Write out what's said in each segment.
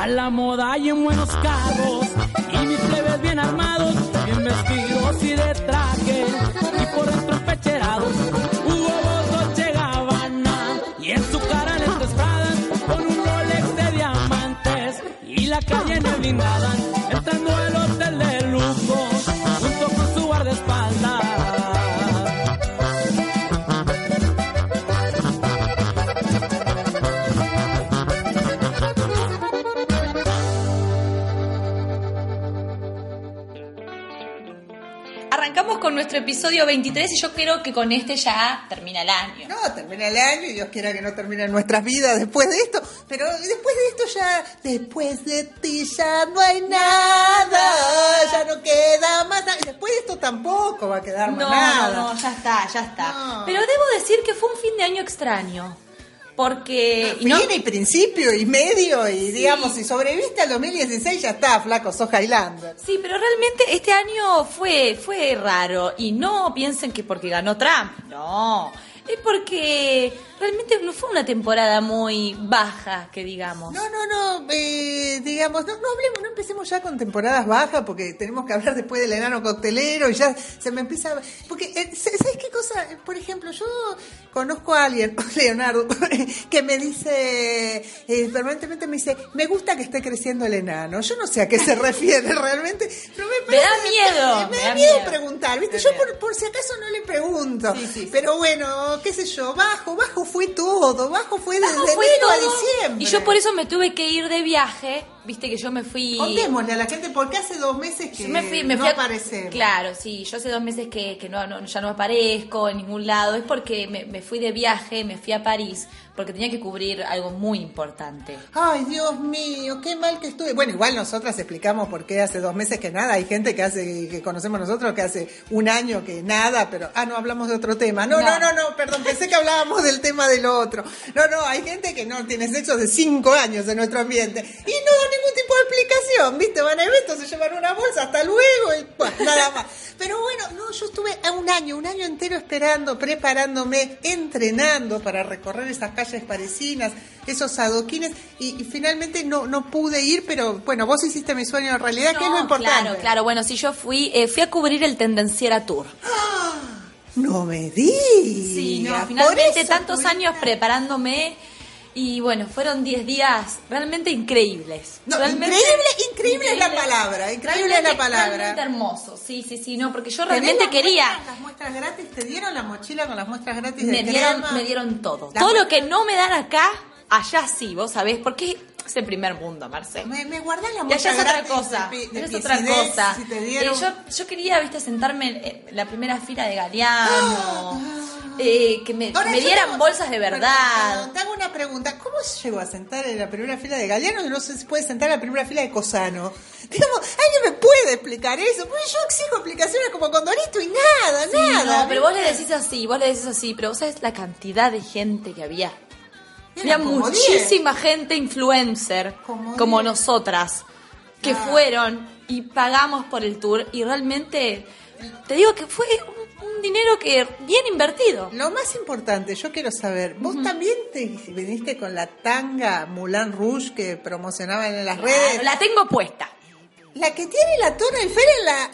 la moda y en buenos carros, y mis plebes bien armados, bien vestidos y de traje, y por dentro empecherados, Hugo Boss, Dolce Gabbana, y en su cara lentes Prada, con un Rolex de diamantes, y la calle en el blindada, entrando al hotel de lujo, junto con su guardaespaldas. Arrancamos con nuestro episodio 23 y yo creo que con este ya termina el año. No, termina el año y Dios quiera que no terminen nuestras vidas después de esto. Pero después de esto ya, después de ti ya no hay nada, ya no queda más nada. Y después de esto tampoco va a quedar más nada. No, ya está. No. Pero debo decir que fue un fin de año extraño. Porque... Fin y principio y medio y digamos, si sobreviviste al 2016 ya está, flaco, sos Highlander. Sí, pero realmente este año fue raro. Y no piensen que porque ganó Trump. No, es porque realmente no fue una temporada muy baja, que digamos. No, digamos, no hablemos, no empecemos ya con temporadas bajas porque tenemos que hablar después del enano coctelero y ya se me empieza... Porque, ¿sabes qué cosa? Por ejemplo, yo conozco a alguien, Leonardo, que me dice, permanentemente me dice, me gusta que esté creciendo el enano. Yo no sé a qué se refiere realmente, pero me da miedo. Me da miedo preguntar, ¿viste? Yo por si acaso no le pregunto. Sí. Pero bueno, qué sé yo, bajo fue todo, bajo fue desde enero a diciembre. Y yo por eso me tuve que ir de viaje, viste que yo me fui... Contémosle a la gente, porque hace 2 meses que me fui no aparecemos. Claro, sí, yo hace 2 meses que ya no aparezco en ningún lado, es porque me fui de viaje, me fui a París, porque tenía que cubrir algo muy importante. Ay, Dios mío, qué mal que estuve. Bueno, igual nosotras explicamos por qué hace 2 meses que nada. Hay gente que conocemos nosotros que hace 1 año que nada, pero... no hablamos de otro tema. No, perdón, pensé que hablábamos del tema del otro. No, hay gente que no tiene sexo de 5 años en nuestro ambiente. Y no da ningún tipo de explicación, ¿viste? Van a eventos, se llevan una bolsa, hasta luego, y bueno, nada más. Pero bueno, yo estuve un año entero esperando, preparándome, entrenando para recorrer esas calles parisinas, esos adoquines, y finalmente no pude ir, pero bueno, vos hiciste mi sueño en realidad, que es lo importante. Claro, bueno, sí, yo fui a cubrir el Tendenciera Tour. No me digas. Sí, finalmente tantos años preparándome. Y bueno, fueron 10 días realmente increíbles. Increíble es la palabra. Increíble es la palabra. Realmente hermoso, sí, no, porque yo realmente quería... ¿Las muestras gratis? ¿Te dieron la mochila con las muestras gratis me dieron todo. Todo lo que no me dan acá, allá sí, vos sabés, porque es el primer mundo, Marce. Me guardás la muestra muestra gratis. Es otra cosa. Si te dieron... yo quería, viste, sentarme en la primera fila de Galeano... que me dieran bolsas de verdad. Te hago una pregunta. ¿Cómo se llegó a sentar en la primera fila de Galeano y no se puede sentar en la primera fila de Cosano? Digamos, ¿alguien me puede explicar eso? Porque yo exijo explicaciones como Condorito y nada. No, pero vos le decís así, pero vos sabés la cantidad de gente que había. Había muchísima gente influencer como nosotras que fueron y pagamos por el tour y realmente te digo que fue un dinero que bien invertido. Lo más importante, yo quiero saber, ¿vos también te viniste con la tanga Moulin Rouge que promocionaban en las redes? La tengo puesta. La que tiene la Torre Eiffel en la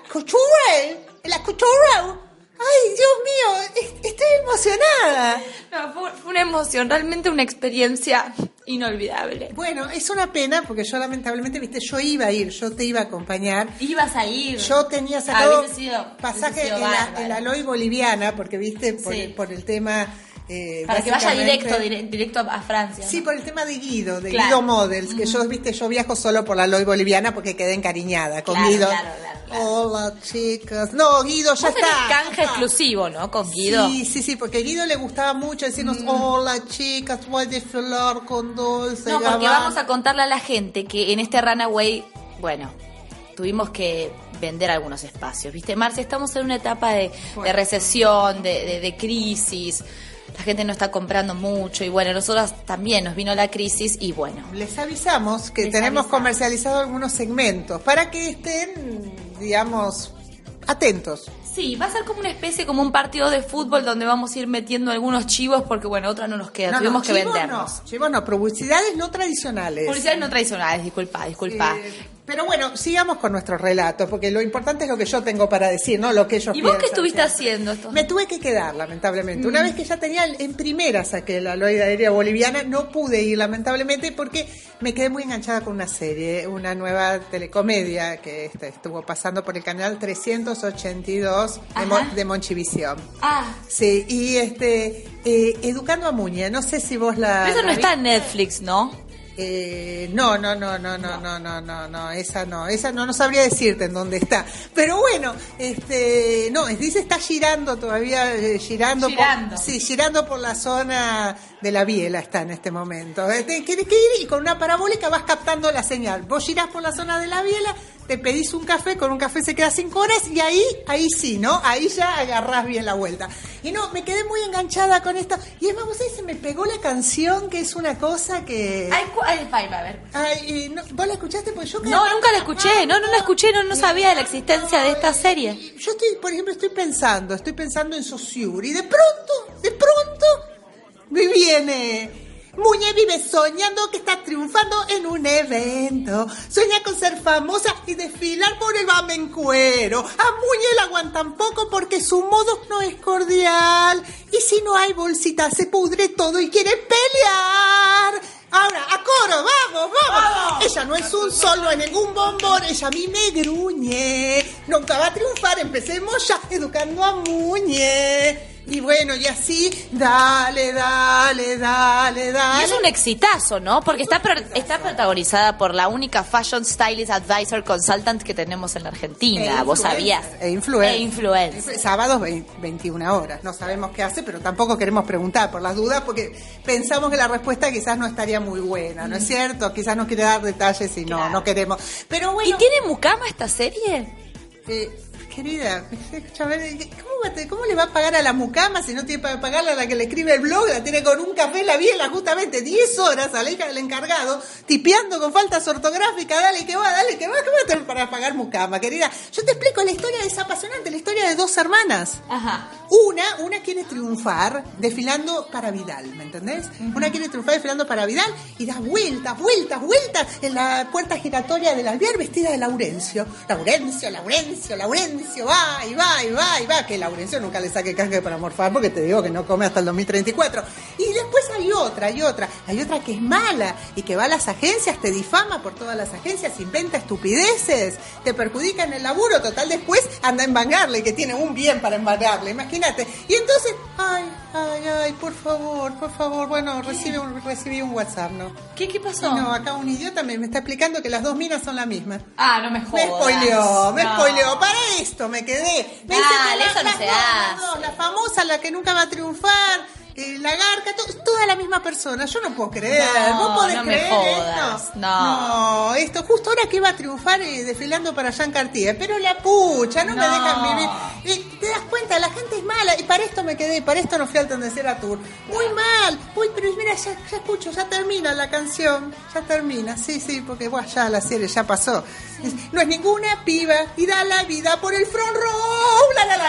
couture. Ay, Dios mío, estoy emocionada. No, fue una emoción, realmente una experiencia inolvidable. Bueno, es una pena porque yo lamentablemente, viste, yo iba a ir, yo te iba a acompañar. Ibas a ir. Yo tenía sacado pasaje en la Loy boliviana porque, viste, por el tema... para que vaya directo a Francia, ¿no? Sí, por el tema de Guido Models, que yo viajo solo por la Loy boliviana porque quedé encariñada con Guido. Claro. Hola, chicas. No, Guido ya está. Canje exclusivo, ¿no? Con Guido. Sí, porque a Guido le gustaba mucho decirnos, hola, chicas, voy a desfilar con Dolce Gabbana. No, porque vamos a contarle a la gente que en este Runaway, bueno, tuvimos que vender algunos espacios, ¿viste, Marcia? Estamos en una etapa de recesión, de crisis. La gente no está comprando mucho y bueno, nosotros también nos vino la crisis y bueno. Les avisamos que tenemos comercializado algunos segmentos para que estén, digamos, atentos. Sí, va a ser como una especie, como un partido de fútbol donde vamos a ir metiendo algunos chivos porque, bueno, otra no nos queda, tuvimos que vendernos. Chivos no, publicidades no tradicionales. Publicidades no tradicionales, disculpa. Pero bueno, sigamos con nuestro relato, porque lo importante es lo que yo tengo para decir, no lo que ellos piensan. ¿Y vos qué estuviste haciendo esto? Me tuve que quedar, lamentablemente. Una vez que ya tenía, en primera saqué la Loida Aérea Boliviana, no pude ir, lamentablemente, porque me quedé muy enganchada con una serie, una nueva telecomedia que estuvo pasando por el canal 382 de Monchivisión. Sí, y Educando a Muñe, no sé si vos la... Pero eso no está en Netflix, ¿no? No, esa no sabría decirte en dónde está, pero bueno, dice está girando todavía, girando por la zona de la Biela está en este momento. Tienes que ir y con una parabólica vas captando la señal. Vos girás por la zona de la Biela, te pedís un café, con un café se queda 5 horas y ahí sí, ¿no? Ahí ya agarrás bien la vuelta. Y no, me quedé muy enganchada con esto. Y es vamos, se me pegó la canción, que es una cosa que... A ver. ¿Vos la escuchaste? Pues yo no, nunca la escuché, no la escuché, no sabía de la existencia de esta serie. Yo por ejemplo, estoy pensando en Saussure y de pronto me viene... Muñe vive soñando que está triunfando en un evento. Sueña con ser famosa y desfilar por el Bamencuero. A Muñe la aguantan poco porque su modo no es cordial. Y si no hay bolsita se pudre todo y quiere pelear. Ahora, a coro, vamos. Ella no es un sol, no es ningún bombón, ella a mí me gruñe. Nunca va a triunfar, empecemos ya, Educando a Muñe. Y bueno, y así, dale. Y es un exitazo, ¿no? Porque está protagonizada por la única Fashion Stylist Advisor Consultant que tenemos en la Argentina. ¿Vos sabías? E influencer. Sábados 21 horas. No sabemos qué hace, pero tampoco queremos preguntar por las dudas porque pensamos que la respuesta quizás no estaría muy buena, ¿no es cierto? Quizás nos quiere dar detalles y no queremos. Pero bueno. ¿Y tiene mucama esta serie? Querida, ¿cómo le va a pagar a la mucama si no tiene para pagarle a la que le escribe el blog? La tiene con un café en la Biela, justamente 10 horas a la hija del encargado, tipeando con faltas ortográficas, dale que va, ¿qué va a tener para pagar mucama, querida? Yo te explico, la historia es apasionante, la historia de 2 hermanas. Ajá. Una quiere triunfar desfilando para Vidal, ¿me entendés? Una quiere triunfar desfilando para Vidal y da vueltas en la puerta giratoria del Alvear vestida de Laurencio, va, que Laurencio nunca le saque canje para morfar porque te digo que no come hasta el 2034. Y después hay otra que es mala y que va a las agencias, te difama por todas las agencias, inventa estupideces, te perjudica en el laburo, total después anda a embargarle, que tiene un bien para embargarle, imagínate. Y entonces, por favor, bueno, recibí un WhatsApp, ¿no? ¿Qué pasó? No, acá un idiota me está explicando que las 2 minas son la misma. No me jodas. Me spoileó. Para esto me quedé. Me dice que eso no se hace. La famosa, la que nunca va a triunfar, la garca, toda la misma persona. Yo no puedo creer. ¿Vos podés creer me jodas. esto? No, esto justo ahora que iba a triunfar desfilando para Jean Cartier, pero la pucha, no me dejan vivir. Y te das cuenta, la gente es mala. Y para esto me quedé, para esto no fui al Tendecera Tour. Muy mal. Pero mira, ya escucho, ya termina la canción. Ya termina, sí, porque ya la serie ya pasó. Sí. No es ninguna piba y da la vida por el front row.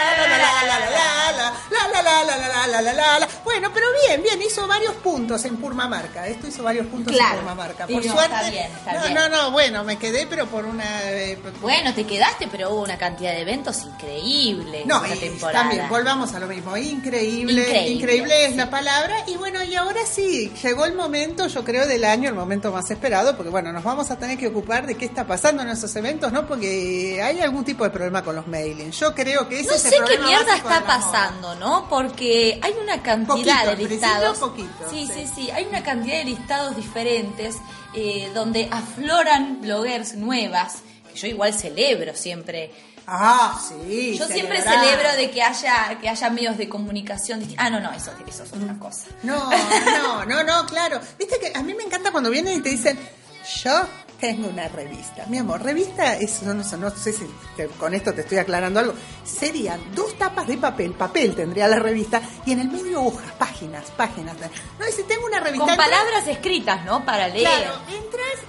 La. Bueno, pero bien, hizo varios puntos en Purmamarca. Esto hizo varios puntos en Purmamarca. Por suerte. Está bien. No, bueno, me quedé, pero por una... Bueno, te quedaste, pero hubo una cantidad de eventos increíbles esta temporada. También, volvamos a lo mismo. Increíble es la palabra. Y bueno, y ahora sí, llegó el momento, yo creo, del año, el momento más esperado, porque bueno, nos vamos a tener que ocupar de qué está pasando en esos eventos, ¿no? Porque hay algún tipo de problema con los mailings. Yo creo que ese es el problema. No sé qué mierda está pasando, ¿no? Porque hay una cantidad de listados. Sí, hay una cantidad de listados diferentes donde afloran bloggers nuevas, que yo igual celebro siempre. Sí. Yo siempre celebro de que haya medios de comunicación distintos. No, eso es otra cosa. No, claro. Viste que a mí me encanta cuando vienen y te dicen, yo tengo una revista. Mi amor, revista es, no sé si con esto te estoy aclarando algo. Serían 2 tapas de papel tendría la revista, y en el medio hojas, páginas. No, si tengo una revista. Con palabras escritas, ¿no? Para leer. Claro, entras, es un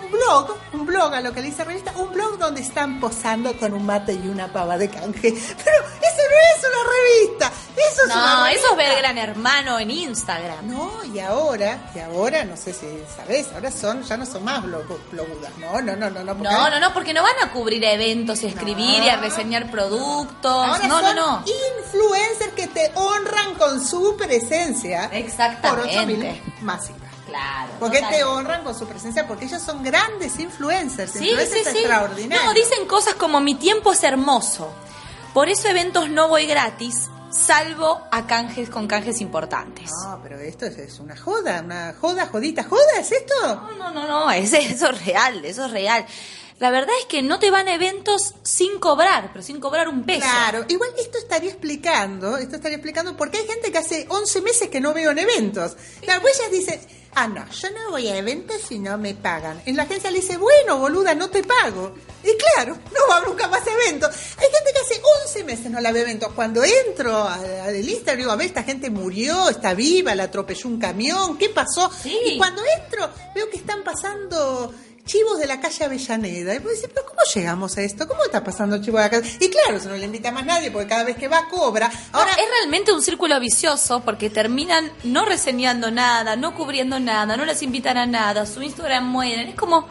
un blog a lo que le dice revista, un blog donde están posando con un mate y una pava de canje. Pero eso no es una revista. Eso es una revista. Eso es ver Gran Hermano en Instagram. No, y ahora, no sé si sabés, ahora ya no son más blogudas. No, porque no van a cubrir eventos y escribir y a reseñar productos. Ahora son influencers que te honran con su presencia. Exactamente. Por 8.000 masivas. Claro. Porque te honran con su presencia, porque ellos son grandes influencers, extraordinarios. No, dicen cosas como mi tiempo es hermoso. Por eso eventos no voy gratis, salvo a canjes importantes. No, pero esto es una joda, jodita, ¿es esto? No, eso es real. La verdad es que no te van a eventos sin cobrar, pero sin cobrar un peso. Claro, igual esto estaría explicando porque hay gente que hace 11 meses que no veo en eventos. Claro, pues ellas dicen, no, yo no voy a eventos si no me pagan. En la agencia le dice, bueno, boluda, no te pago. Y claro, no va nunca más a eventos. Hay gente que hace 11 meses no la ve eventos. Cuando entro al Instagram, digo, a ver, esta gente murió, está viva, la atropelló un camión, ¿qué pasó? Sí. Y cuando entro, veo que están pasando chivos de la calle Avellaneda. Y vos decís, pero ¿cómo llegamos a esto? ¿Cómo está pasando chivos de la calle? Y claro, eso no le invita más nadie, porque cada vez que va, cobra. Ahora, es realmente un círculo vicioso, porque terminan no reseñando nada, no cubriendo nada, no les invitan a nada, su Instagram mueren. Es como,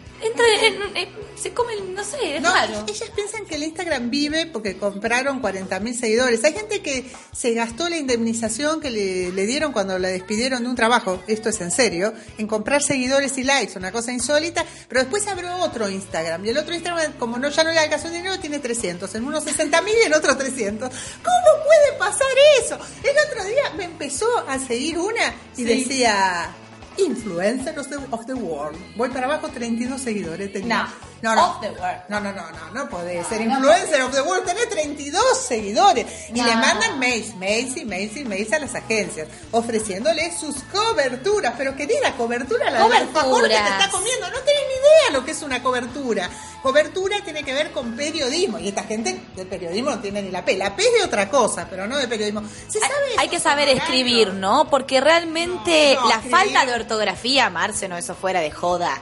se comen, no sé, es raro. Ellas piensan que el Instagram vive porque compraron 40.000 seguidores. Hay gente que se gastó la indemnización que le dieron cuando la despidieron de un trabajo, esto es en serio, en comprar seguidores y likes, una cosa insólita, pero después abrió otro Instagram, y el otro Instagram, como ya no le alcanzó el dinero, tiene 300, en uno 60.000 y en otro 300. ¿Cómo puede pasar eso? El otro día me empezó a seguir una y decía... Influencer of the world. Voy para abajo, 32 seguidores tenía. Of the world. No podés ser influencer of the world. Tenés 32 seguidores. Y le mandan mails a las agencias, ofreciéndoles sus coberturas. Pero querida, cobertura la del alfajor que te está comiendo. No tenés ni idea lo que es una cobertura. Cobertura tiene que ver con periodismo. Y esta gente del periodismo no tiene ni la P. La P es de otra cosa, pero no de periodismo. Hay que saber escribir, ¿no? Porque realmente la falta de ortografía, Marce, no, eso fuera de joda.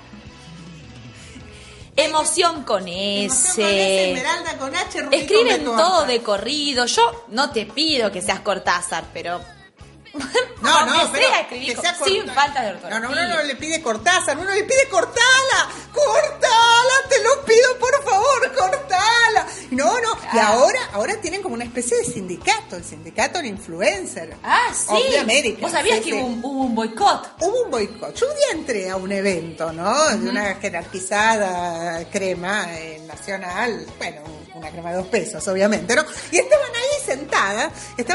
Emoción con S. Esmeralda con H, Rubí escriben con todo de corrido. Yo no te pido que seas Cortázar, pero... pero escribir sin falta de ortografía. No le pide Cortázar, uno le pide cortala, te lo pido por favor, cortala. No, claro. Y ahora tienen como una especie de sindicato, el sindicato de influencer. Sí. De América. ¿Vos sabías que hubo un boicot? Hubo un boicot. Yo un día entré a un evento, ¿no? De una jerarquizada crema nacional, bueno, una crema de 2 pesos, obviamente, ¿no? Y estaban ahí sentadas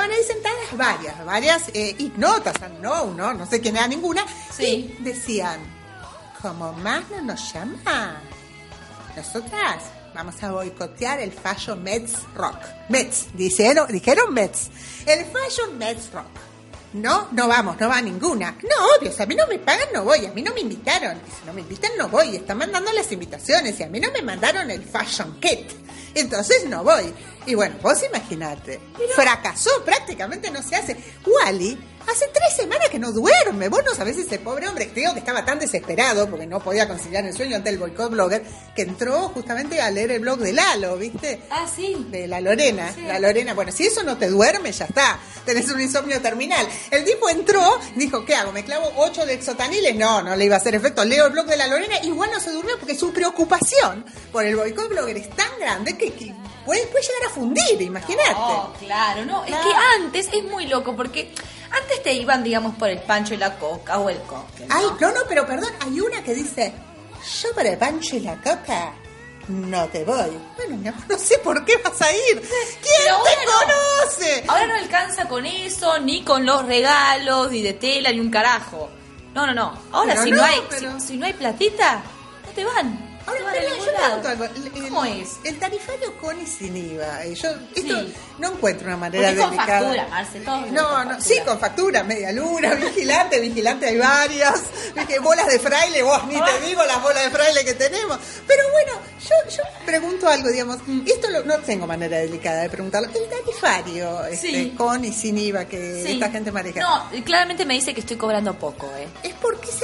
varias ignotas, no sé quién era ninguna, y decían, como más no nos llama, nosotras vamos a boicotear el Fashion Mets Rock. Dijeron Mets. El Fashion Mets Rock. No va ninguna. No, obvio, si a mí no me pagan no voy, a mí no me invitaron. Y si no me invitan no voy, están mandando las invitaciones y a mí no me mandaron el Fashion Kit. Entonces no voy. Y bueno, vos imaginate, fracasó, prácticamente no se hace. Wally hace 3 semanas que no duerme. Vos no sabés ese pobre hombre, creo que estaba tan desesperado porque no podía conciliar el sueño ante el boicot blogger, que entró justamente a leer el blog de Lalo, ¿viste? Sí. De la Lorena. Sí. La Lorena, bueno, si eso no te duerme, ya está. Tenés un insomnio terminal. El tipo entró, dijo, ¿qué hago? ¿Me clavo 8 de exotaniles? No le iba a hacer efecto. Leo el blog de la Lorena, igual no se durmió porque su preocupación por el boicot blogger es tan grande que puede llegar a fundir, imagínate. Claro. Es que antes es muy loco porque antes te iban, digamos, por el pancho y la coca o el cóctel, ¿no? Pero perdón, hay una que dice, yo por el pancho y la coca no te voy. Bueno, mi amor, no sé por qué vas a ir. ¿Quién te conoce? Ahora no alcanza con eso, ni con los regalos, ni de tela, ni un carajo. No. Ahora si no hay platita, no te van. Ahora, yo pregunto algo. ¿Cómo es? El tarifario con y sin IVA. Yo no encuentro una manera porque delicada. Con factura, Marce, todo. Sí, con factura, media luna, vigilante hay varias. Bolas de fraile, vos ni te digo las bolas de fraile que tenemos. Pero bueno, yo pregunto algo, digamos, esto no tengo manera delicada de preguntarlo. El tarifario con y sin IVA que esta gente maneja. No, claramente me dice que estoy cobrando poco, ¿Es por qué será?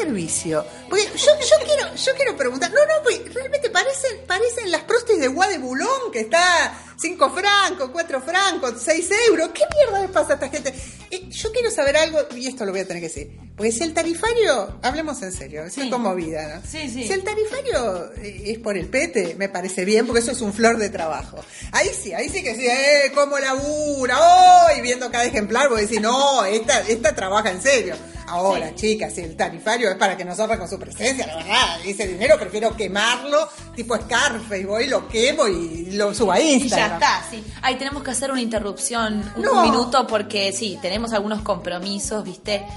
servicio? Porque yo quiero preguntar, pues realmente parecen las prostis de Bois de Boulogne, que está 5 francos, 4 francos, 6 euros. ¿Qué mierda les pasa a esta gente? Yo quiero saber algo, y esto lo voy a tener que decir. Porque si el tarifario, hablemos en serio, es conmovida, ¿no? Sí. Si el tarifario es por el pete, me parece bien, porque eso es un flor de trabajo. Ahí sí que sí, cómo labura, y viendo cada ejemplar, vos decís, no, esta trabaja en serio. Ahora, chicas, si el tarifario es para que nos honre con su presencia, la verdad, ese dinero prefiero quemarlo, tipo Scarface, voy, lo quemo y lo subo a Instagram. Y ya está, sí. Ahí tenemos que hacer una interrupción, un minuto, porque sí, tenemos algunos compromisos, ¿viste?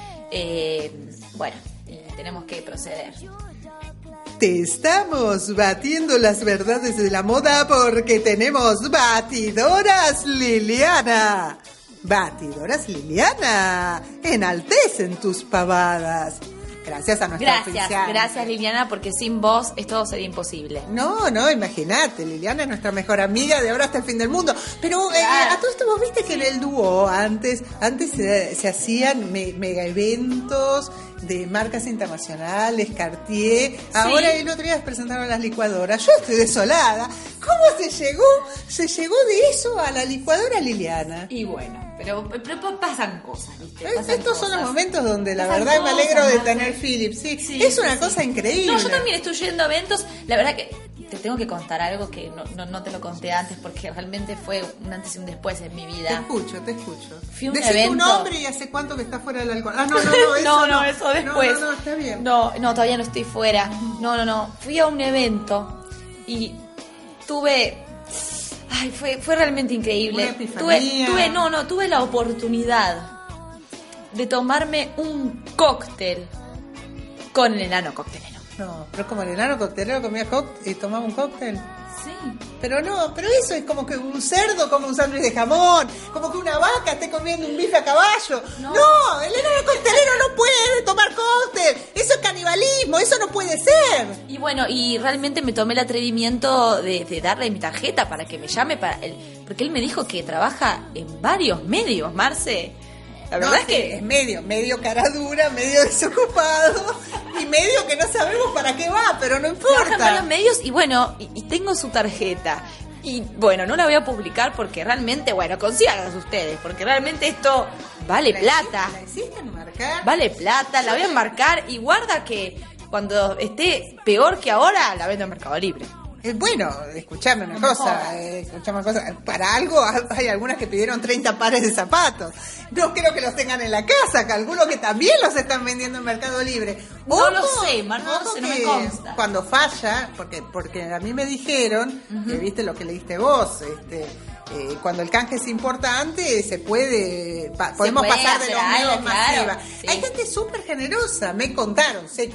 Tenemos que proceder. Te estamos batiendo las verdades de la moda porque tenemos Batidoras Liliana. Batidoras Liliana, enaltecen tus pavadas. Gracias a nuestra oficial. Gracias Liliana, porque sin vos esto sería imposible. No, imagínate, Liliana es nuestra mejor amiga de ahora hasta el fin del mundo. Pero a todo esto vos viste que en el dúo antes se hacían mega eventos de marcas internacionales, Cartier. Sí. Ahora el otro día presentaron las licuadoras. Yo estoy desolada. ¿Cómo se llegó de eso a la licuadora Liliana? Y bueno, pero pasan cosas, ¿viste? Estos son los momentos donde la verdad me alegro de tener Philips. Sí, es una cosa increíble. No, yo también estoy yendo a eventos. La verdad que te tengo que contar algo que no te lo conté antes, porque realmente fue un antes y un después en mi vida. Te escucho. Fui a un Decime evento. Tu nombre y hace cuánto que está fuera del alcohol. Eso después. No, está bien. No, todavía no estoy fuera. No. Fui a un evento y tuve... Ay, fue realmente increíble. Una epifanía. Tuve la oportunidad de tomarme un cóctel con el enano coctelero. No, pero como el enano coctelero comía y tomaba un cóctel. Sí. Pero eso es como que un cerdo come un sándwich de jamón, como que una vaca esté comiendo un bife a caballo. No, el enano coctelero no puede tomar cóctel. Eso es canibalismo, eso no puede ser. Y bueno, y realmente me tomé el atrevimiento de darle mi tarjeta para que me llame porque él me dijo que trabaja en varios medios, Marce. La verdad es que es medio cara dura, medio desocupado y medio que no sabemos para qué va, pero no importa. Trabaja en varios medios y bueno, y tengo su tarjeta. Y bueno, no la voy a publicar porque realmente, consíganlas ustedes, porque realmente esto vale plata. ¿La hiciste enmarcar? Vale plata, la voy a enmarcar y guarda que cuando esté peor que ahora, la vendo en Mercado Libre. Bueno, escuchame una cosa, para algo hay algunas que pidieron 30 pares de zapatos. No creo que los tengan en la casa, calculo que también los están vendiendo en Mercado Libre. No lo sé, no me consta. Cuando falla, porque a mí me dijeron, que viste lo que leíste vos, cuando el canje es importante, podemos pasar de los medios masiva. Sí. Hay gente súper generosa, me contaron, se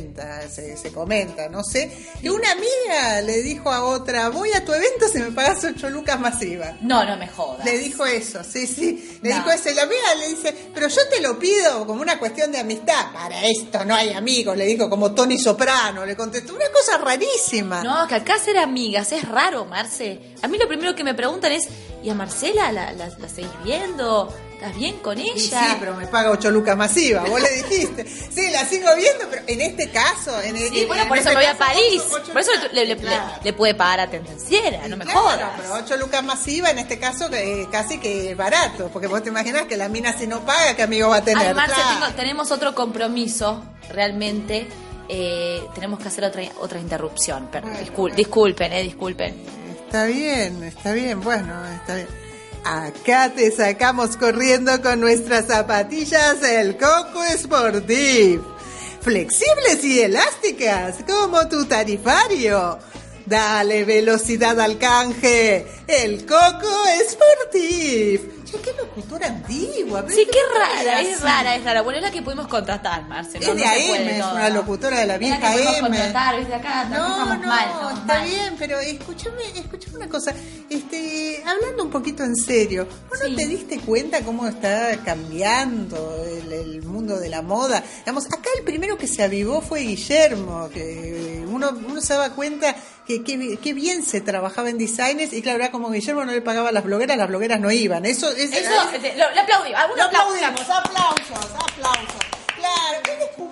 comenta, no sé. Y una amiga le dijo a otra, voy a tu evento si me pagas 8 lucas masiva. No me jodas. Le dijo eso, sí. Le dijo eso. Y la amiga le dice, pero yo te lo pido como una cuestión de amistad. Para esto no hay amigos, le dijo, como Tony Soprano, le contestó. Una cosa rarísima. No, que acá ser amigas es raro, Marce. A mí lo primero que me preguntan es, ¿y a Marcela la seguís viendo? ¿Estás bien con ella? Sí, pero me paga 8 lucas masiva, vos le dijiste. Sí, la sigo viendo, pero en este caso... por eso me voy a París. Por eso le puede pagar a Tendenciera, no me jodas. Pero 8 lucas masiva en este caso casi que barato, porque vos te imaginás que la mina si no paga, ¿qué amigo va a tener? Ay, Marce, tenemos otro compromiso, realmente. Tenemos que hacer otra interrupción. Disculpen. Está bien, bueno, está bien. Acá te sacamos corriendo con nuestras zapatillas el Coco Sportif. Flexibles y elásticas, como tu tarifario. Dale velocidad al canje. El Coco Sportif. Qué locutora antigua. Sí, qué rara, es rara. Bueno, es la que pudimos contratar, Marce. Es de AM, es una locutora de la vieja M. Contratar, ¿viste? Acá estamos mal. Está bien, pero escúchame una cosa. Hablando un poquito en serio, ¿vos no te diste cuenta cómo está cambiando el mundo de la moda? Digamos, acá el primero que se avivó fue Guillermo, que uno se daba cuenta que bien se trabajaba en designers, y claro, era como Guillermo no le pagaba a las blogueras no iban. Eso le aplaudimos. Aplausos. Claro, ¿qué descubrió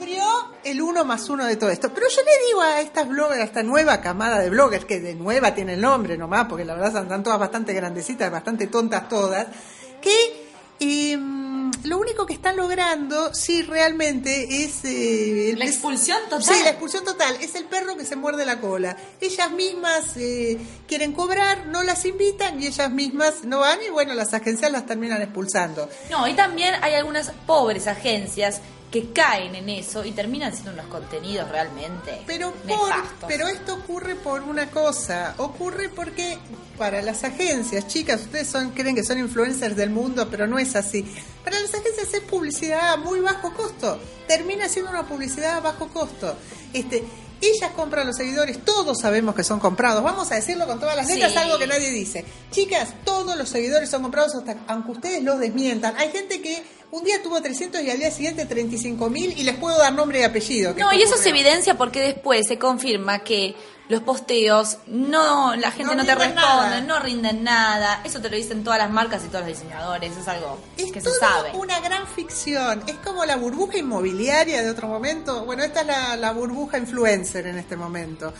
asumió el 1 más 1 de todo esto. Pero yo le digo a estas bloggers, a esta nueva camada de bloggers, que de nueva tiene el nombre nomás, porque la verdad están todas bastante grandecitas, bastante tontas todas, que lo único que están logrando, sí, realmente es... la expulsión total. Sí, la expulsión total. Es el perro que se muerde la cola. Ellas mismas quieren cobrar, no las invitan y ellas mismas no van y bueno, las agencias las terminan expulsando. No, y también hay algunas pobres agencias que caen en eso y terminan siendo unos contenidos realmente nefastos. Pero esto ocurre por una cosa, ocurre porque para las agencias, chicas, ustedes creen que son influencers del mundo, pero no es así. Para las agencias es publicidad a muy bajo costo, termina siendo una publicidad a bajo costo. Ellas compran los seguidores, todos sabemos que son comprados, vamos a decirlo con todas las letras, algo que nadie dice. Chicas, todos los seguidores son comprados, aunque ustedes los desmientan. Hay gente que un día tuvo 300 y al día siguiente 35.000 y les puedo dar nombre y apellido. No, y eso se evidencia porque después se confirma que los posteos, la gente no te responde, no rinden nada. Eso te lo dicen todas las marcas y todos los diseñadores, es algo que se sabe. Es una gran ficción, es como la burbuja inmobiliaria de otro momento. Bueno, esta es la burbuja influencer en este momento.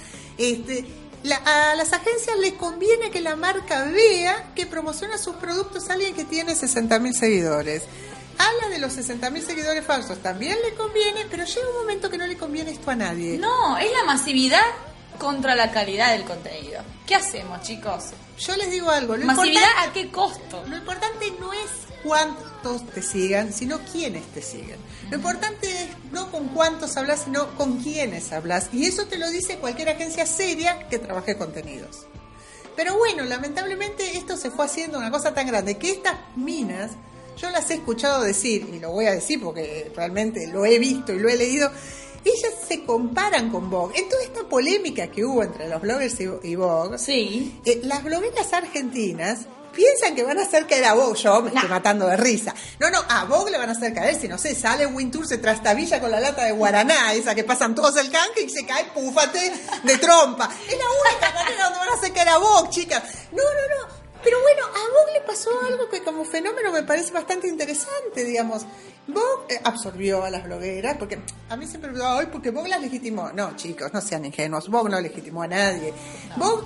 A las agencias les conviene que la marca vea que promociona sus productos a alguien que tiene 60.000 seguidores. A la de los 60.000 seguidores falsos también le conviene, pero llega un momento que no le conviene esto a nadie. No, es la masividad contra la calidad del contenido. ¿Qué hacemos, chicos? Yo les digo algo. ¿Masividad a qué costo? Lo importante no es cuántos te sigan, sino quiénes te siguen. Lo importante es no con cuántos hablas, sino con quiénes hablas. Y eso te lo dice cualquier agencia seria que trabaje contenidos. Pero bueno, lamentablemente esto se fue haciendo una cosa tan grande que estas minas, yo las he escuchado decir, y lo voy a decir porque realmente lo he visto y lo he leído, ellas se comparan con Vogue. En toda esta polémica que hubo entre los bloggers y Vogue, sí. Las blogueras argentinas piensan que van a hacer caer a Vogue. Yo me estoy matando de risa. No, a Vogue le van a hacer caer, si no sé, sale Wintour, se trastabilla con la lata de guaraná, esa que pasan todos el canje y se cae, púfate, de trompa. Es la única manera donde van a hacer caer a Vogue, chicas. No. Pero bueno, a Vogue le pasó algo que como fenómeno me parece bastante interesante, digamos. Vogue absorbió a las blogueras, porque a mí siempre me digo, porque Vogue las legitimó. No, chicos, no sean ingenuos, Vogue no legitimó a nadie. No. Vogue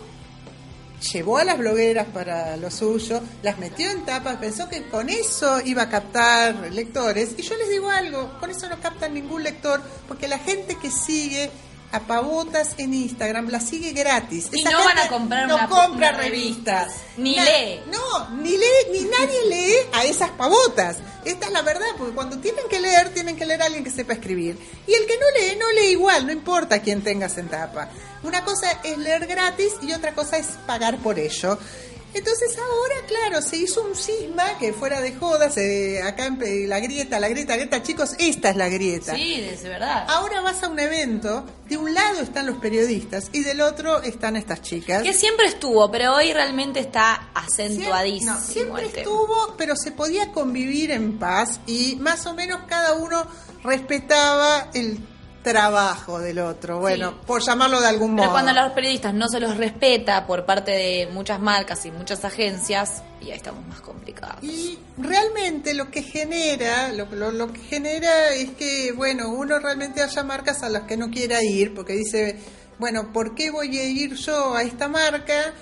llevó a las blogueras para lo suyo, las metió en tapas, pensó que con eso iba a captar lectores, y yo les digo algo, con eso no captan ningún lector, porque la gente que sigue a pavotas en Instagram la sigue gratis. Y no van a comprar una revistas. Ni lee. No, ni nadie lee a esas pavotas. Esta es la verdad, porque cuando tienen que leer a alguien que sepa escribir. Y el que no lee igual, no importa quién tengas en tapa. Una cosa es leer gratis y otra cosa es pagar por ello. Entonces ahora, claro, se hizo un cisma que fuera de jodas, acá en la grieta, chicos, esta es la grieta. Sí, es verdad. Ahora vas a un evento, de un lado están los periodistas y del otro están estas chicas. Que siempre estuvo, pero hoy realmente está acentuadísimo. Siempre estuvo, pero se podía convivir en paz y más o menos cada uno respetaba el trabajo del otro, bueno, sí, por llamarlo de algún modo. Pero cuando a los periodistas no se los respeta por parte de muchas marcas y muchas agencias, y ahí estamos más complicados. Y realmente lo que genera, lo que genera es que, bueno, uno realmente haya marcas a las que no quiera ir, porque dice, bueno, ¿por qué voy a ir yo a esta marca?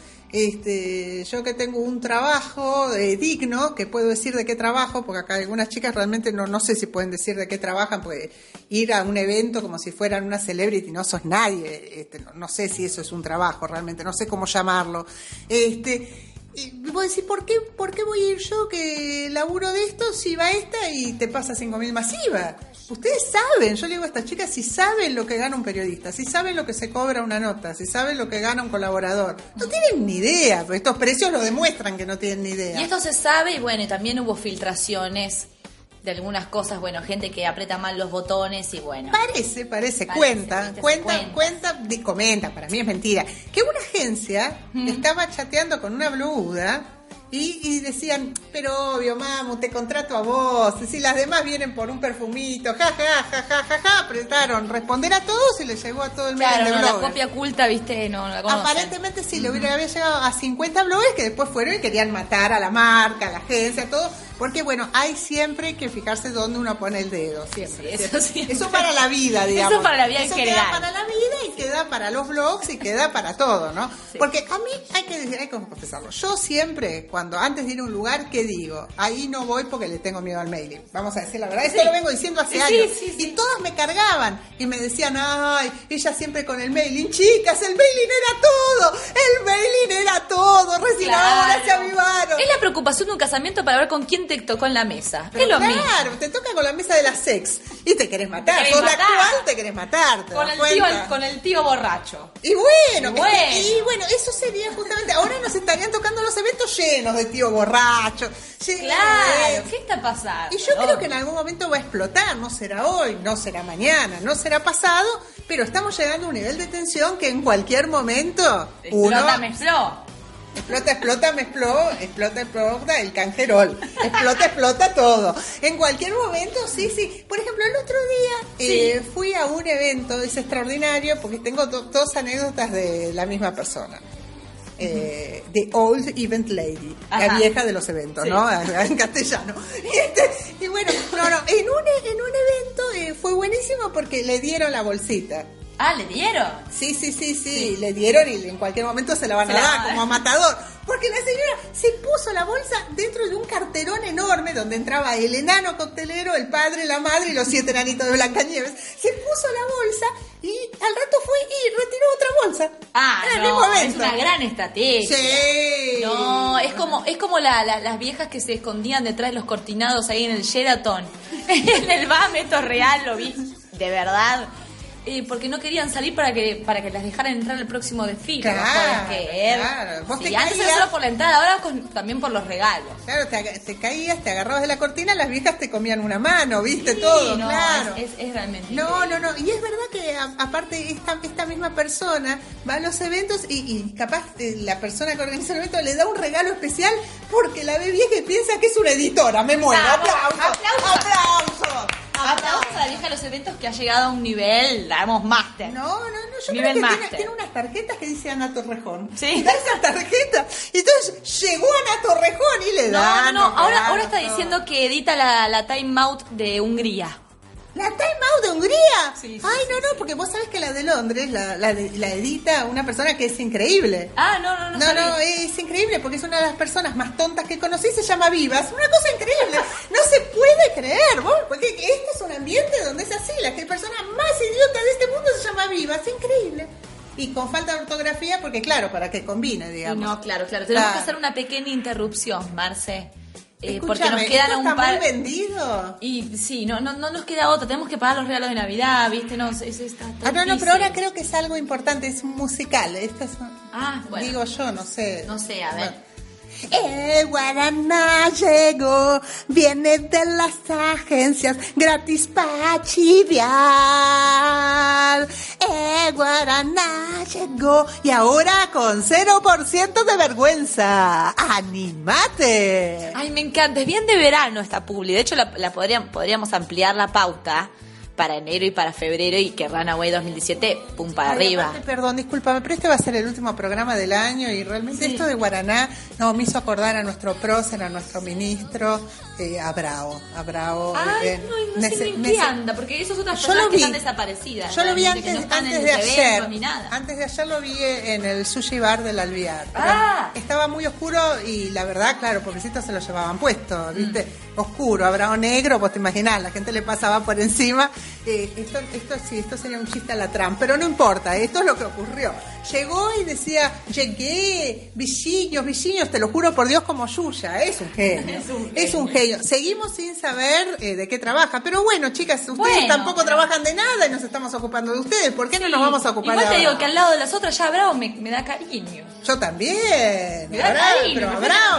Yo que tengo un trabajo digno, que puedo decir de qué trabajo, porque acá algunas chicas realmente no sé si pueden decir de qué trabajan, porque ir a un evento como si fueran una celebrity, no sos nadie, no sé si eso es un trabajo realmente, no sé cómo llamarlo. Y vos decís, ¿por qué voy a ir yo que laburo de esto si va esta y te pasa 5.000 masiva? Ustedes saben, yo le digo a estas chicas, si saben lo que gana un periodista, si saben lo que se cobra una nota, si saben lo que gana un colaborador, no tienen ni idea, pero estos precios lo demuestran que no tienen ni idea. Y esto se sabe, y bueno, y también hubo filtraciones de algunas cosas, bueno, gente que aprieta mal los botones y bueno. Parece, comenta, para mí es mentira, que una agencia estaba chateando con una bloguda Y decían, pero obvio, mamu, te contrato a vos, si las demás vienen por un perfumito, apretaron responder a todos y le llegó a todo el mail de bloggers. La copia oculta, viste, no la conocen. Aparentemente sí, había llegado a 50 bloggers que después fueron y querían matar a la marca, a la agencia, todo, porque bueno, hay siempre que fijarse dónde uno pone el dedo, siempre. Sí, eso siempre. Eso para la vida, digamos. Eso para la vida en general. Queda para la vida y queda para los blogs y queda para todo, ¿no? Sí. Porque a mí hay que confesarlo, yo siempre, cuando antes de ir a un lugar, ¿qué digo? Ahí no voy porque le tengo miedo al mailing. Vamos a decir la verdad. Esto lo vengo diciendo hace años. Y todas me cargaban y me decían, ay, ella siempre con el mailing. Chicas, el mailing era todo. El mailing era todo. Recién ahora se avivaron. Es la preocupación de un casamiento para ver con quién te tocó en la mesa. Pero es lo mismo. Claro, te toca con la mesa de las sex y te querés matar. Con la actual te querés matar. Con el tío borracho. Y bueno, eso sería justamente. Ahora nos estarían tocando los eventos llenos de tío borracho. Claro, ¿qué está pasando? Y yo creo que en algún momento va a explotar. No será hoy, no será mañana, no será pasado, pero estamos llegando a un nivel de tensión que en cualquier momento explota el canjerol. Explota todo. En cualquier momento, sí. Por ejemplo, el otro día fui a un evento, es extraordinario, porque tengo dos anécdotas de la misma persona. The Old Event Lady, la vieja de los eventos, ¿no? En castellano. Y bueno, en un evento fue buenísimo porque le dieron la bolsita. Ah, ¿le dieron? Sí, le dieron y en cualquier momento se la van a dar como a Matador. Porque la señora se puso la bolsa dentro de un carterón enorme donde entraba el enano coctelero, el padre, la madre y los 7 enanitos de Blancanieves. Se puso la bolsa y al rato fue y retiró otra bolsa. En el mismo evento. Es una gran estrategia. Sí. No, es como las viejas que se escondían detrás de los cortinados ahí en el Sheraton. En el BAM, esto es real, lo vi. De verdad. Porque no querían salir para que las dejaran entrar al próximo desfile. Claro. Vos te antes caías, era solo por la entrada, ahora también por los regalos. Claro, te caías, te agarrabas de la cortina, las viejas te comían una mano, ¿viste? Todo, claro. Es realmente No. Y es verdad que aparte esta misma persona va a los eventos y capaz la persona que organiza el evento le da un regalo especial porque la ve vieja y piensa que es una editora. Me muero. ¡Aplausos! Aplausos a la vieja de los eventos que ha llegado a un nivel, damos máster. No, yo creo que tiene unas tarjetas que dice Ana Torrejón. Sí. Da esa tarjeta. Y entonces llegó Ana Torrejón y le da. No. Ahora está diciendo que edita la Time Out de Hungría. ¿La Time Out de Hungría? Sí. Ay, no, porque vos sabés que la de Londres la edita una persona que es increíble. No, es increíble porque es una de las personas más tontas que conocí, se llama Vivas. Una cosa increíble. No se puede creer, vos, porque este es un ambiente donde es así. La persona más idiota de este mundo se llama Vivas. Increíble. Y con falta de ortografía, porque claro, para que combine, digamos. No, claro. Tenemos que hacer una pequeña interrupción, Marce. Porque nos quedan un par. ¿Está muy vendido? Y sí, no nos queda otra. Tenemos que pagar los regalos de Navidad, ¿viste? No, pero ahora creo que es algo importante, es un musical. Esto es, bueno. Digo yo, no sé. No sé, a ver. Bueno. El guaraná llegó, viene de las agencias, gratis para chiviar. El guaraná llegó y ahora con 0% de vergüenza. ¡Anímate! Ay, me encanta, es bien de verano esta publi. De hecho, la podríamos ampliar la pauta para enero y para febrero y que Runaway 2017, pum, para arriba. Aparte, perdón, discúlpame, pero este va a ser el último programa del año y realmente esto de Guaraná me hizo acordar a nuestro prócer, a nuestro ministro, a Bravo. Ay, no sé en qué anda, porque esas otras personas que están desaparecidas. Yo lo vi antes de ayer. Ni nada. Antes de ayer lo vi en el sushi bar del Alvear. Estaba muy oscuro y la verdad, claro, pobrecito se lo llevaban puesto, ¿viste? Oscuro, a Bravo negro, vos te imaginás, la gente le pasaba por encima. Esto sería un chiste a la Trump, pero no importa, esto es lo que ocurrió. Llegó y decía, llegué, Viciños, te lo juro por Dios, como Yuya, es un genio. Es un genio. Seguimos sin saber de qué trabaja, pero bueno, chicas, ustedes tampoco trabajan de nada y nos estamos ocupando de ustedes, ¿por qué no nos vamos a ocupar de ahora? Igual te digo que al lado de las otras ya Bravo me da cariño. Yo también. Me da cariño, pero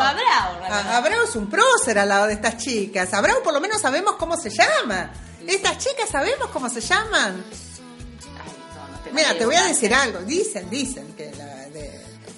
a Bravo es un prócer al lado de estas chicas. A Bravo por lo menos sabemos cómo se llama. Estas chicas sabemos cómo se llaman. Mira, te voy a decir algo. Dicen que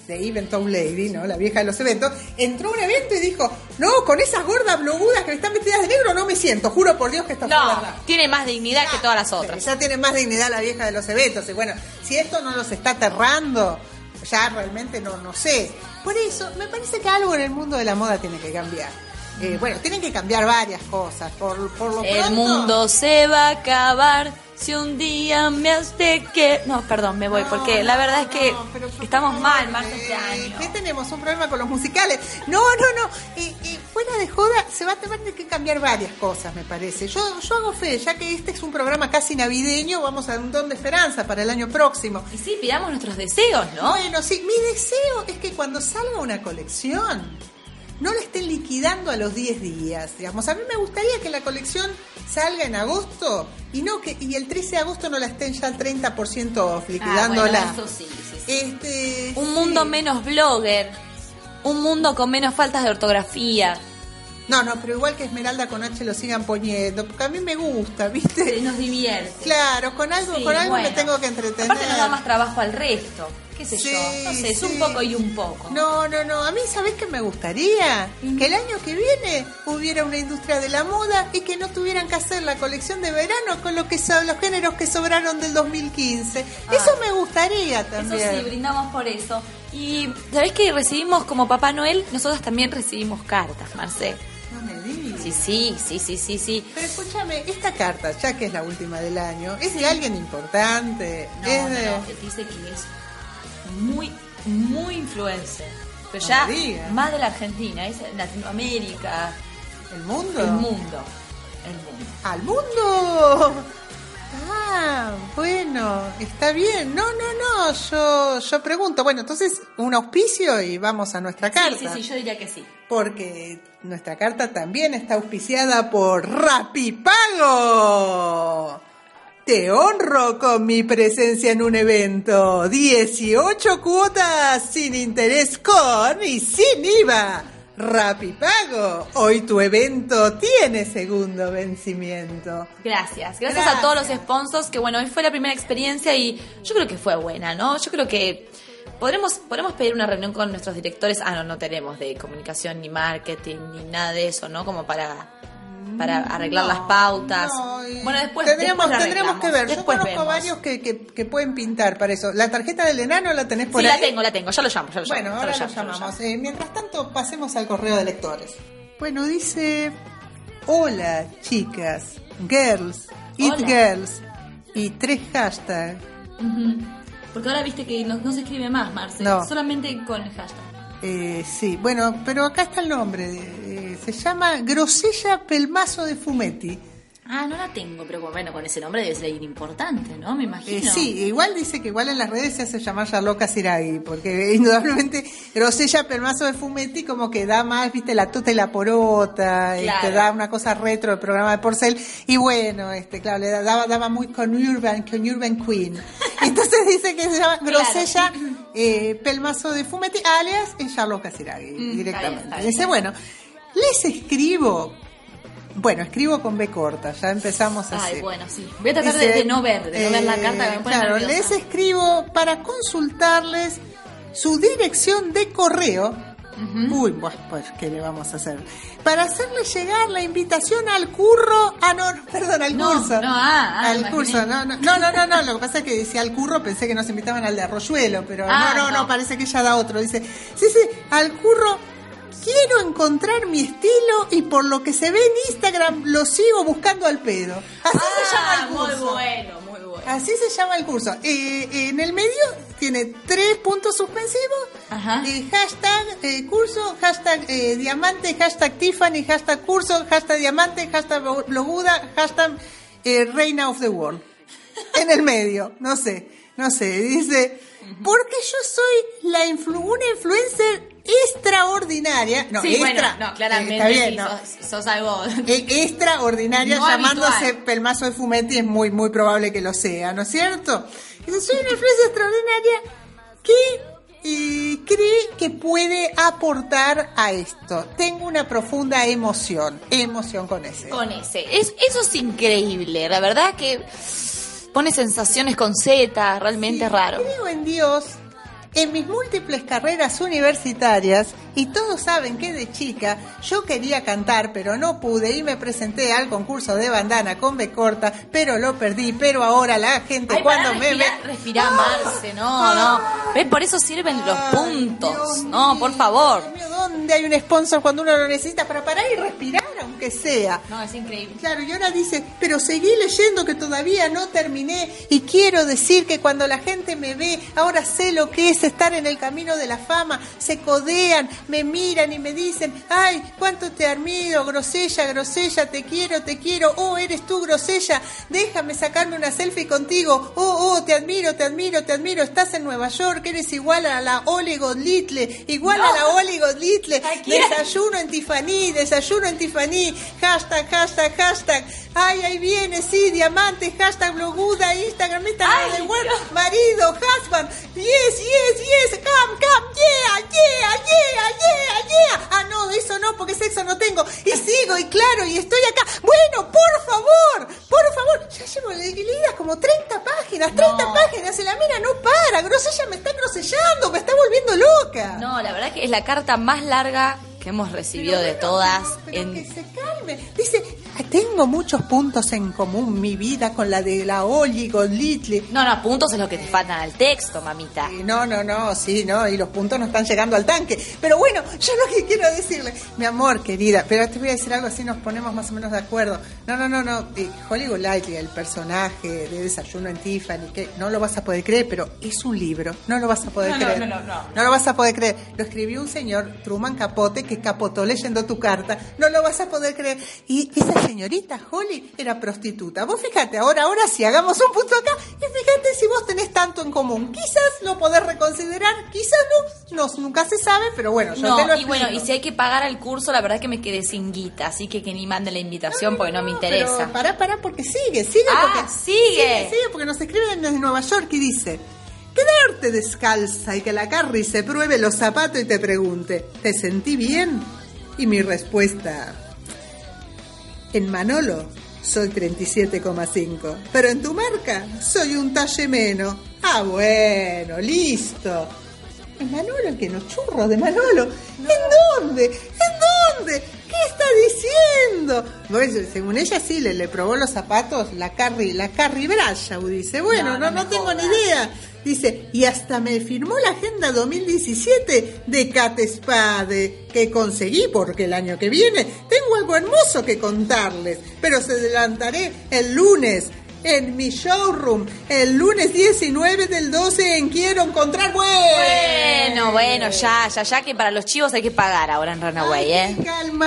de Event Town Lady, ¿no? La vieja de los eventos, entró a un evento y dijo, no, con esas gordas blogudas que están vestidas de negro no me siento, juro por Dios que esto fue verdad. Tiene más dignidad que todas las otras. Ya tiene más dignidad la vieja de los eventos. Y bueno, si esto no los está aterrando, ya realmente no sé. Por eso, me parece que algo en el mundo de la moda tiene que cambiar. Bueno, tienen que cambiar varias cosas. Por lo pronto, el mundo se va a acabar si un día me hace que... No, perdón, me voy, porque la verdad es que estamos mal, Marta, este año. ¿Qué tenemos? ¿Un problema con los musicales? No. Fuera de joda, se va a tener que cambiar varias cosas, me parece. Yo hago fe, ya que este es un programa casi navideño, vamos a un don de esperanza para el año próximo. Y sí, pidamos nuestros deseos, ¿no? Bueno, sí, mi deseo es que cuando salga una colección no la estén liquidando a los 10 días, digamos. A mí me gustaría que la colección salga en agosto y el 13 de agosto no la estén ya al 30% off, liquidándola. Bueno, eso sí. Un mundo menos blogger, un mundo con menos faltas de ortografía. No, pero igual que Esmeralda con H lo sigan poniendo, porque a mí me gusta, ¿viste? Sí, nos divierte. Claro, con algo me tengo que entretener. Aparte nos da más trabajo al resto. ¿Qué sé yo? No sé, es un poco y un poco. No. A mí, ¿sabés qué me gustaría? Que el año que viene hubiera una industria de la moda y que no tuvieran que hacer la colección de verano con lo que son los géneros que sobraron del 2015. Eso me gustaría también. Eso sí, brindamos por eso. Y ¿sabés que recibimos como Papá Noel? Nosotros también recibimos cartas, Marcé. No me digas. Sí. Pero escúchame, esta carta, ya que es la última del año, ¿es de alguien importante? No, dice que es muy influencer. Pero ya más de la Argentina, es Latinoamérica. ¿El mundo? El mundo. ¡Al mundo! Bueno, está bien. No, yo pregunto. Bueno, entonces, un auspicio y vamos a nuestra carta. Sí, yo diría que sí. Porque nuestra carta también está auspiciada por Rapipago. Te honro con mi presencia en un evento. 18 cuotas sin interés con y sin IVA. Rapipago, hoy tu evento tiene segundo vencimiento. Gracias a todos los sponsors, que bueno, hoy fue la primera experiencia y yo creo que fue buena, ¿no? Yo creo que podremos pedir una reunión con nuestros directores. No tenemos de comunicación ni marketing ni nada de eso, ¿no? Como para arreglar las pautas. Bueno, después tendríamos que ver. Después yo conozco varios que pueden pintar para eso. ¿La tarjeta del enano la tenés por ahí? Sí, la tengo. Ya lo llamo. Bueno, ahora lo llamamos. Mientras tanto, pasemos al correo de lectores. Bueno, dice: hola, chicas, girls, girls, y 3 hashtags. Porque ahora viste que no se escribe más, Marce. No. Solamente con el hashtag. Sí, bueno, pero acá está el nombre. Se llama Grosella Pelmazo de Fumetti. No la tengo, pero bueno, con ese nombre debe ser importante, ¿no? Me imagino. Sí, igual dice que igual en las redes se hace llamar Yarloca Siraghi, porque indudablemente Grosella Pelmazo de Fumetti como que da más, viste, la tota y la porota, claro. Te da una cosa retro del programa de Porcel, y bueno, claro, le daba muy con Urban Queen. Entonces dice que se llama Grosella Pelmazo de Fumetti, alias Yarloca Siraghi, directamente. Está bien. Dice, bueno, les escribo. Bueno, escribo con B corta, ya empezamos así. Bueno, sí. Voy a tratar de no ver la carta que me pone nerviosa. Les escribo para consultarles su dirección de correo. Pues, ¿qué le vamos a hacer? Para hacerle llegar la invitación al curro. Al curso. Al curso, no. Lo que pasa es que decía al curro, pensé que nos invitaban al de Arroyuelo, pero no, parece que ella da otro. Dice, sí, al curro. Quiero encontrar mi estilo y por lo que se ve en Instagram lo sigo buscando al pedo. Así se llama el curso. Muy bueno. Así se llama el curso. En el medio tiene 3 puntos suspensivos. Hashtag curso, hashtag diamante, hashtag Tiffany, hashtag curso, hashtag diamante, hashtag bloguda, hashtag reina of the world. En el medio, no sé. Dice, porque yo soy una influencer extraordinaria. Claramente está bien, sos algo extraordinaria, no llamándose habitual. Pelmazo de Fumetti, es muy, muy probable que lo sea, ¿no es cierto? Dice, soy una influencer extraordinaria que cree que puede aportar a esto. Tengo una profunda emoción con ese. Eso es increíble, la verdad que pone sensaciones con Z, realmente raro. Creo en Dios. En mis múltiples carreras universitarias, y todos saben que de chica yo quería cantar, pero no pude y me presenté al concurso de bandana con B corta, pero lo perdí, pero ahora la gente cuando me ve... Respirá, Marce, no. ¿Ves? Por eso sirven los puntos, no, por favor. Dios mío, ¿dónde hay un sponsor cuando uno lo necesita para parar y respirar, aunque sea? No, es increíble. Claro, y ahora dice, pero seguí leyendo que todavía no terminé y quiero decir que cuando la gente me ve, ahora sé lo que es estar en el camino de la fama, se codean, me miran y me dicen, ay, cuánto te admiro, Grosella, te quiero, oh, eres tú, Grosella, déjame sacarme una selfie contigo, oh, te admiro, estás en Nueva York, eres igual a la Oli Godlitle, desayuno en Tiffany, hashtag, ay, ahí viene, sí, diamantes, hashtag bloguda, Instagram, marido, husband, yes, come, yeah. Ah, no, eso no, porque sexo no tengo. Y sigo, y claro, y estoy acá. Bueno, por favor. Ya llevo leídas como 30 páginas, y la mina no para. Grosella me está grosellando, me está volviendo loca. No, la verdad que es la carta más larga que hemos recibido de todas. Pero que se calme. Dice, tengo muchos puntos en común, mi vida con la de la Oli Godlitle. No, puntos es lo que te faltan al texto, mamita. No, y los puntos no están llegando al tanque. Pero bueno, yo lo que quiero decirle, mi amor, querida, pero te voy a decir algo así nos ponemos más o menos de acuerdo. No. Holly Golightly, el personaje de Desayuno en Tiffany, que no lo vas a poder creer, pero es un libro, no lo vas a poder creer. No lo vas a poder creer. Lo escribió un señor, Truman Capote, que capotó leyendo tu carta. No lo vas a poder creer. Y esa señorita Holly era prostituta. Vos fíjate, ahora sí, hagamos un punto acá y fíjate si vos tenés tanto en común. Quizás lo podés reconsiderar, quizás no, nunca se sabe, pero bueno, yo te lo explico. Y bueno, y si hay que pagar al curso, la verdad es que me quedé sin guita, así que ni mande la invitación porque no me interesa. Pero pará, porque sigue. Sigue, porque nos escriben desde Nueva York y dice: quedarte descalza y que la Carrie se pruebe los zapatos y te pregunte, ¿te sentí bien? Y mi respuesta: en Manolo soy 37,5, pero en tu marca soy un talle menos. Ah, bueno, listo. ¿En Manolo? ¿En qué? ¿Los churros de Manolo? No. ¿En dónde? ¿Qué está diciendo? Bueno, según ella sí, le probó los zapatos la Carrie Bradshaw, dice. Bueno, no tengo ni idea. Dice, y hasta me firmó la Agenda 2017 de Kate Spade, que conseguí porque el año que viene tengo algo hermoso que contarles, pero se adelantaré el lunes en mi showroom, el lunes 19 del 12 en Quiero Encontrar. Bueno, ya que para los chivos hay que pagar ahora en Runaway, Hay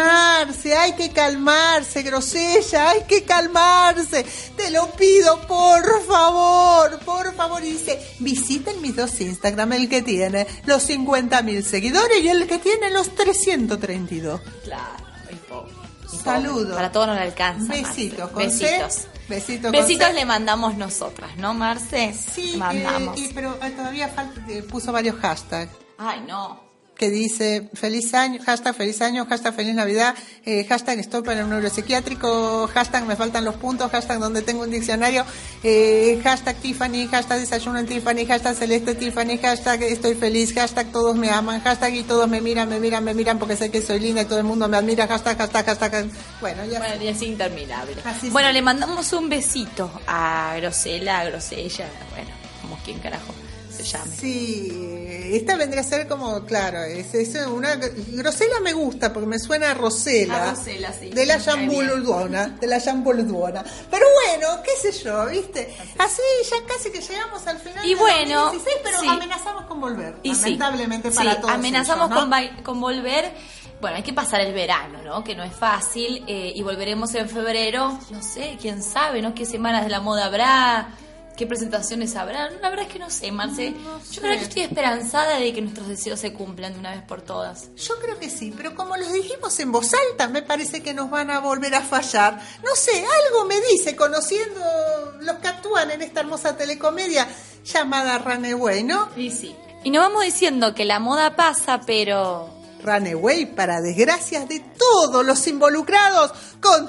que calmarse, Grosella, hay que calmarse. Te lo pido, por favor. Y dice, visiten mis dos Instagram, el que tiene los 50.000 seguidores y el que tiene los 332. Claro, saludos. Para todos no le alcanza. Besitos. Besitos le mandamos nosotras, ¿no, Marce? Sí, mandamos. Pero todavía puso varios hashtags. Ay, no. Que dice feliz año, hashtag feliz Navidad, hashtag estoy para un neuropsiquiátrico, hashtag me faltan los puntos, hashtag donde tengo un diccionario, hashtag Tiffany, hashtag desayuno en Tiffany, hashtag celeste Tiffany, hashtag estoy feliz, hashtag todos me aman, hashtag y todos me miran porque sé que soy linda y todo el mundo me admira, hashtag. Bueno, y es interminable. Bueno, le mandamos un besito a Grosella, bueno, como quien carajo se llame. Sí, esta vendría a ser como, claro, es una Grosella me gusta porque me suena a Rosela. A Rosela, sí. De la Jamboluduona. Pero bueno, qué sé yo, ¿viste? Así ya casi que llegamos al final y de bueno, 2016, pero sí. Amenazamos con volver. Y lamentablemente para todos. Amenazamos ellos, ¿no? con volver. Bueno, hay que pasar el verano, ¿no? Que no es fácil. Y volveremos en febrero. No sé, quién sabe, ¿no? ¿Qué semanas de la moda habrá? ¿Qué presentaciones habrá? La verdad es que no sé, Marce. Yo creo que estoy esperanzada de que nuestros deseos se cumplan de una vez por todas. Yo creo que sí, pero como los dijimos en voz alta, me parece que nos van a volver a fallar. No sé, algo me dice, conociendo los que actúan en esta hermosa telecomedia llamada Runaway, ¿no? Y sí. Y nos vamos diciendo que la moda pasa, pero... Runaway, para desgracias de todos los involucrados,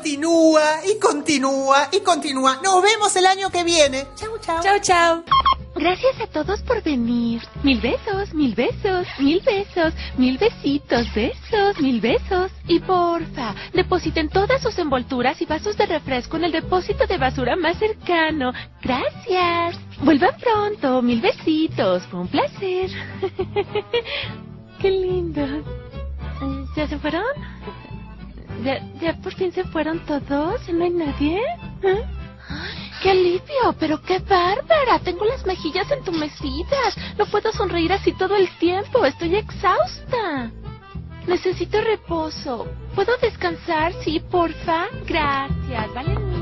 continúa. Nos vemos el año que viene. Chau. Chau. Gracias a todos por venir. 1000 besos, 1000 besos, 1000 besos, 1000 besitos, besos, 1000 besos. Y porfa, depositen todas sus envolturas y vasos de refresco en el depósito de basura más cercano. Gracias. Vuelvan pronto. 1000 besitos. Fue un placer. Qué lindo. ¿Ya se fueron? ¿Ya por fin se fueron todos? ¿No hay nadie? ¿Eh? ¡Qué alivio! ¡Pero qué bárbara! Tengo las mejillas entumecidas. No puedo sonreír así todo el tiempo. Estoy exhausta. Necesito reposo. ¿Puedo descansar? Sí, porfa. Gracias. Vale.